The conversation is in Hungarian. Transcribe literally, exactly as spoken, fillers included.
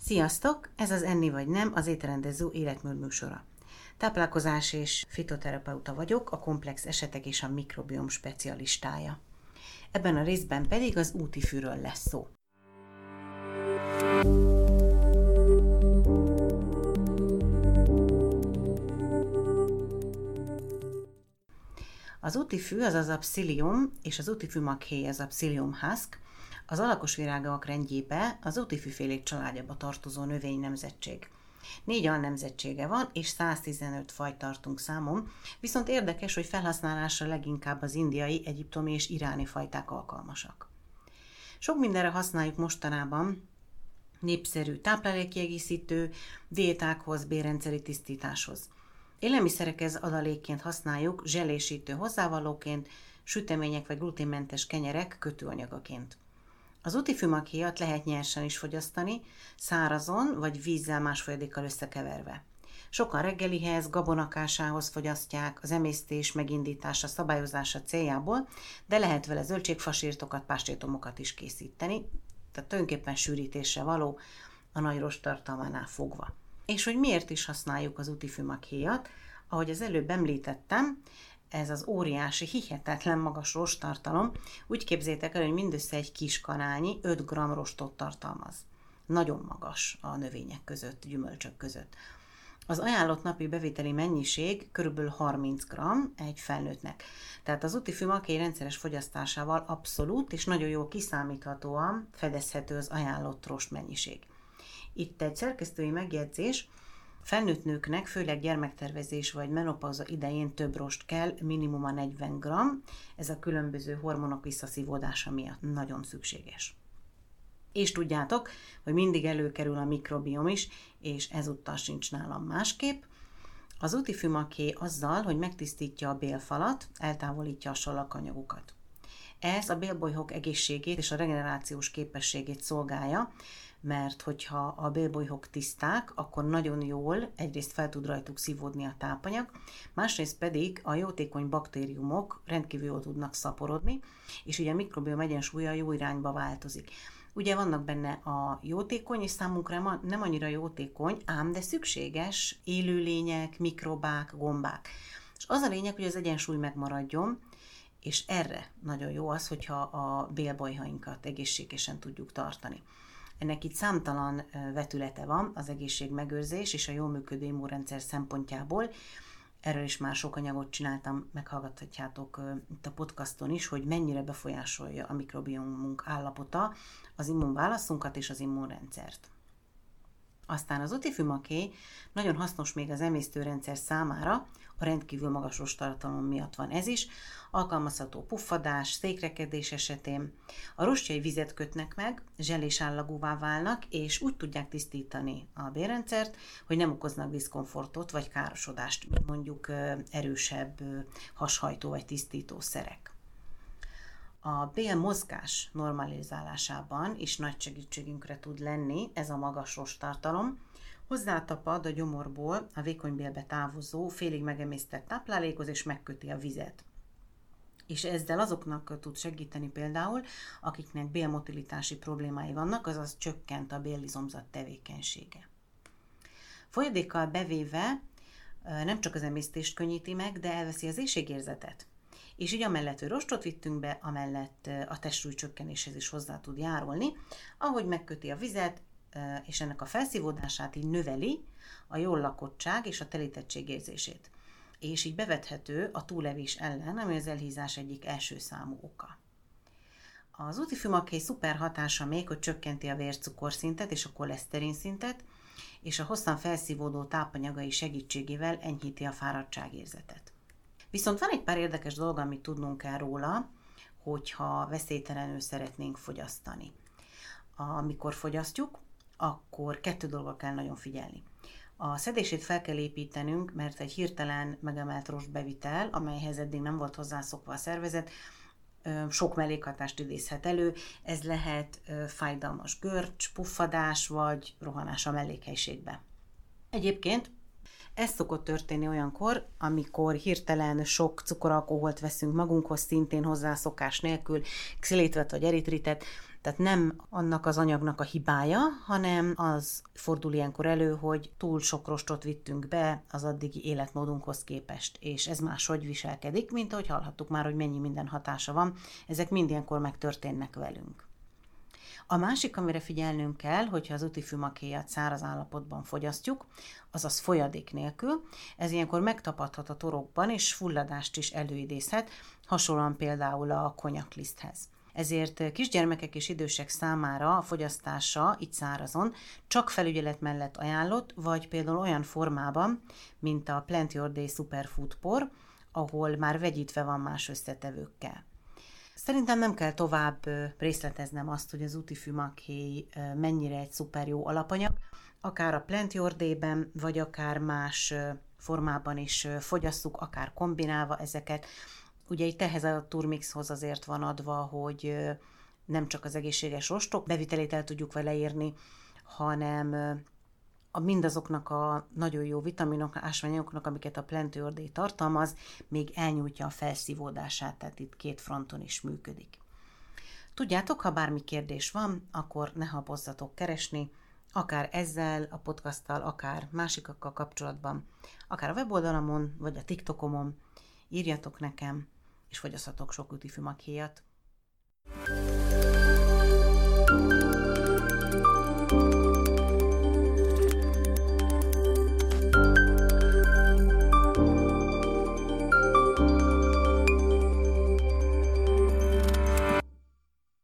Sziasztok! Ez az Enni vagy nem, az étrendező életmód műsora. Táplálkozás és fitoterapeuta vagyok, a komplex esetek és a mikrobiom specialistája. Ebben a részben pedig az útifűről lesz szó. Az útifű, azaz a Psyllium, és az útifű maghéj, az a Psyllium husk, az alakos virágok rendjébe az útifűfélék családjába tartozó növénynemzetség. Négy alnemzetsége van, és száztizenöt fajt tartunk számon, viszont érdekes, hogy felhasználásra leginkább az indiai, egyiptomi és iráni fajták alkalmasak. Sok mindenre használjuk mostanában, népszerű táplálékkiegészítő, diétákhoz, bélrendszeri tisztításhoz. Élelmiszerekhez adalékként használjuk, zselésítő hozzávalóként, sütemények vagy gluténmentes kenyerek kötőanyagaként. Az útifű maghéjat lehet nyersen is fogyasztani, szárazon vagy vízzel más folyadékkal összekeverve. Sokan reggelihez, gabonakásához fogyasztják, az emésztés megindítása, szabályozása céljából, de lehet vele zöldségfasírtokat, pástétomokat is készíteni, tehát tulajdonképpen sűrítésre való a nagy rosttartalmánál fogva. És hogy miért is használjuk az útifű maghéjat? Ahogy az előbb említettem, ez az óriási, hihetetlen magas rosttartalom, úgy képzétek el, hogy mindössze egy kis kanálnyi öt gramm rostot tartalmaz. Nagyon magas a növények között, gyümölcsök között. Az ajánlott napi bevételi mennyiség kb. harminc gramm egy felnőttnek. Tehát az útifű maghéj rendszeres fogyasztásával abszolút és nagyon jól kiszámíthatóan fedezhető az ajánlott rost mennyiség. Itt egy szerkesztői megjegyzés: felnőtt nőknek, főleg gyermektervezés vagy menopauza idején több rost kell, minimum a negyven gramm, ez a különböző hormonok visszaszívódása miatt nagyon szükséges. És tudjátok, hogy mindig előkerül a mikrobiom is, és ezúttal sincs nálam másképp. Az útifű maghéj azzal, hogy megtisztítja a bélfalat, eltávolítja a sallaganyagokat. Ez a bélbolyhok egészségét és a regenerációs képességét szolgálja, mert hogyha a bélbolyhok tiszták, akkor nagyon jól egyrészt fel tud rajtuk szívódni a tápanyag, másrészt pedig a jótékony baktériumok rendkívül jól tudnak szaporodni, és ugye a mikrobiom egyensúlya jó irányba változik. Ugye vannak benne a jótékony, és számunkra nem annyira jótékony, ám de szükséges élőlények, mikrobák, gombák. És az a lényeg, hogy az egyensúly megmaradjon, és erre nagyon jó az, hogyha a bélbolyhainkat egészségesen tudjuk tartani. Ennek itt számtalan vetülete van, az egészségmegőrzés és a jól működő immunrendszer szempontjából. Erről is már sok anyagot csináltam, meghallgathatjátok itt a podcaston is, hogy mennyire befolyásolja a mikrobiomunk állapota az immunválaszunkat és az immunrendszert. Aztán az útifű maghéj nagyon hasznos még az emésztőrendszer számára, a rendkívül magas rosttartalom miatt van ez is, alkalmazható puffadás, székrekedés esetén. A rostjai vizet kötnek meg, zselés állagúvá válnak, és úgy tudják tisztítani a bélrendszert, hogy nem okoznak diszkomfortot vagy károsodást, mint mondjuk erősebb hashajtó vagy tisztító szerek. A bélmozgás normalizálásában is nagy segítségünkre tud lenni ez a magas rosttartalom. Hozzátapad a gyomorból a vékony bélbe távozó, félig megemésztett táplálékhoz, és megköti a vizet. És ezzel azoknak tud segíteni például, akiknek bélmotilitási problémái vannak, azaz csökkent a bélizomzat tevékenysége. Folyadékkal bevéve nem csak az emésztést könnyíti meg, de elveszi az éhségérzetet. És így amellett, hogy rostot vittünk be, amellett a testsúly csökkenéshez is hozzá tud járulni, ahogy megköti a vizet, és ennek a felszívódását így növeli a jól lakottság és a telítettség érzését. És így bevethető a túlevés ellen, ami az elhízás egyik első számú oka. Az útifű maghéj szuper hatása még, hogy csökkenti a vércukorszintet és a koleszterin szintet, és a hosszan felszívódó tápanyagai segítségével enyhíti a fáradtságérzetet. Viszont van egy pár érdekes dolog, amit tudnunk kell róla, hogyha veszélytelenül szeretnénk fogyasztani. Amikor fogyasztjuk, akkor kettő dolgra kell nagyon figyelni. A szedését fel kell építenünk, mert egy hirtelen megemelt rostbevitel, amelyhez eddig nem volt hozzászokva a szervezet, sok mellékhatást idézhet elő. Ez lehet fájdalmas görcs, puffadás vagy rohanás a mellékhelyiségbe. Egyébként ez szokott történni olyankor, amikor hirtelen sok cukoralkoholt veszünk magunkhoz, szintén hozzászokás nélkül, xilitvet vagy eritritet, Tehát nem annak az anyagnak a hibája, hanem az fordul ilyenkor elő, hogy túl sok rostot vittünk be az addigi életmódunkhoz képest, és ez máshogy viselkedik, mint ahogy hallhattuk már, hogy mennyi minden hatása van. Ezek mind ilyenkor megtörténnek velünk. A másik, amire figyelnünk kell, hogyha az útifűmakhéjat száraz állapotban fogyasztjuk, azaz folyadék nélkül, ez ilyenkor megtapadhat a torokban, és fulladást is előidézhet, hasonlóan például a konyakliszthez. Ezért kisgyermekek és idősek számára a fogyasztása így szárazon csak felügyelet mellett ajánlott, vagy például olyan formában, mint a Plenty Your Day Superfood por, ahol már vegyítve van más összetevőkkel. Szerintem nem kell tovább részleteznem azt, hogy az útifűmakhéj mennyire egy szuper jó alapanyag, akár a Plenty Your Day-ben, vagy akár más formában is fogyasszuk, akár kombinálva ezeket. Ugye itt ehhez a turmixhoz azért van adva, hogy nem csak az egészséges rostok bevitelét el tudjuk vele írni, hanem a mindazoknak a nagyon jó vitaminok, ásványanyagoknak, amiket a Plenty Your Day tartalmaz, még elnyújtja a felszívódását, tehát itt két fronton is működik. Tudjátok, ha bármi kérdés van, akkor ne habozzatok keresni, akár ezzel a podcasttal, akár másikakkal kapcsolatban, akár a weboldalamon, vagy a TikTokomon, írjatok nekem, és fogyaszthatok sok útifűmakhéjat.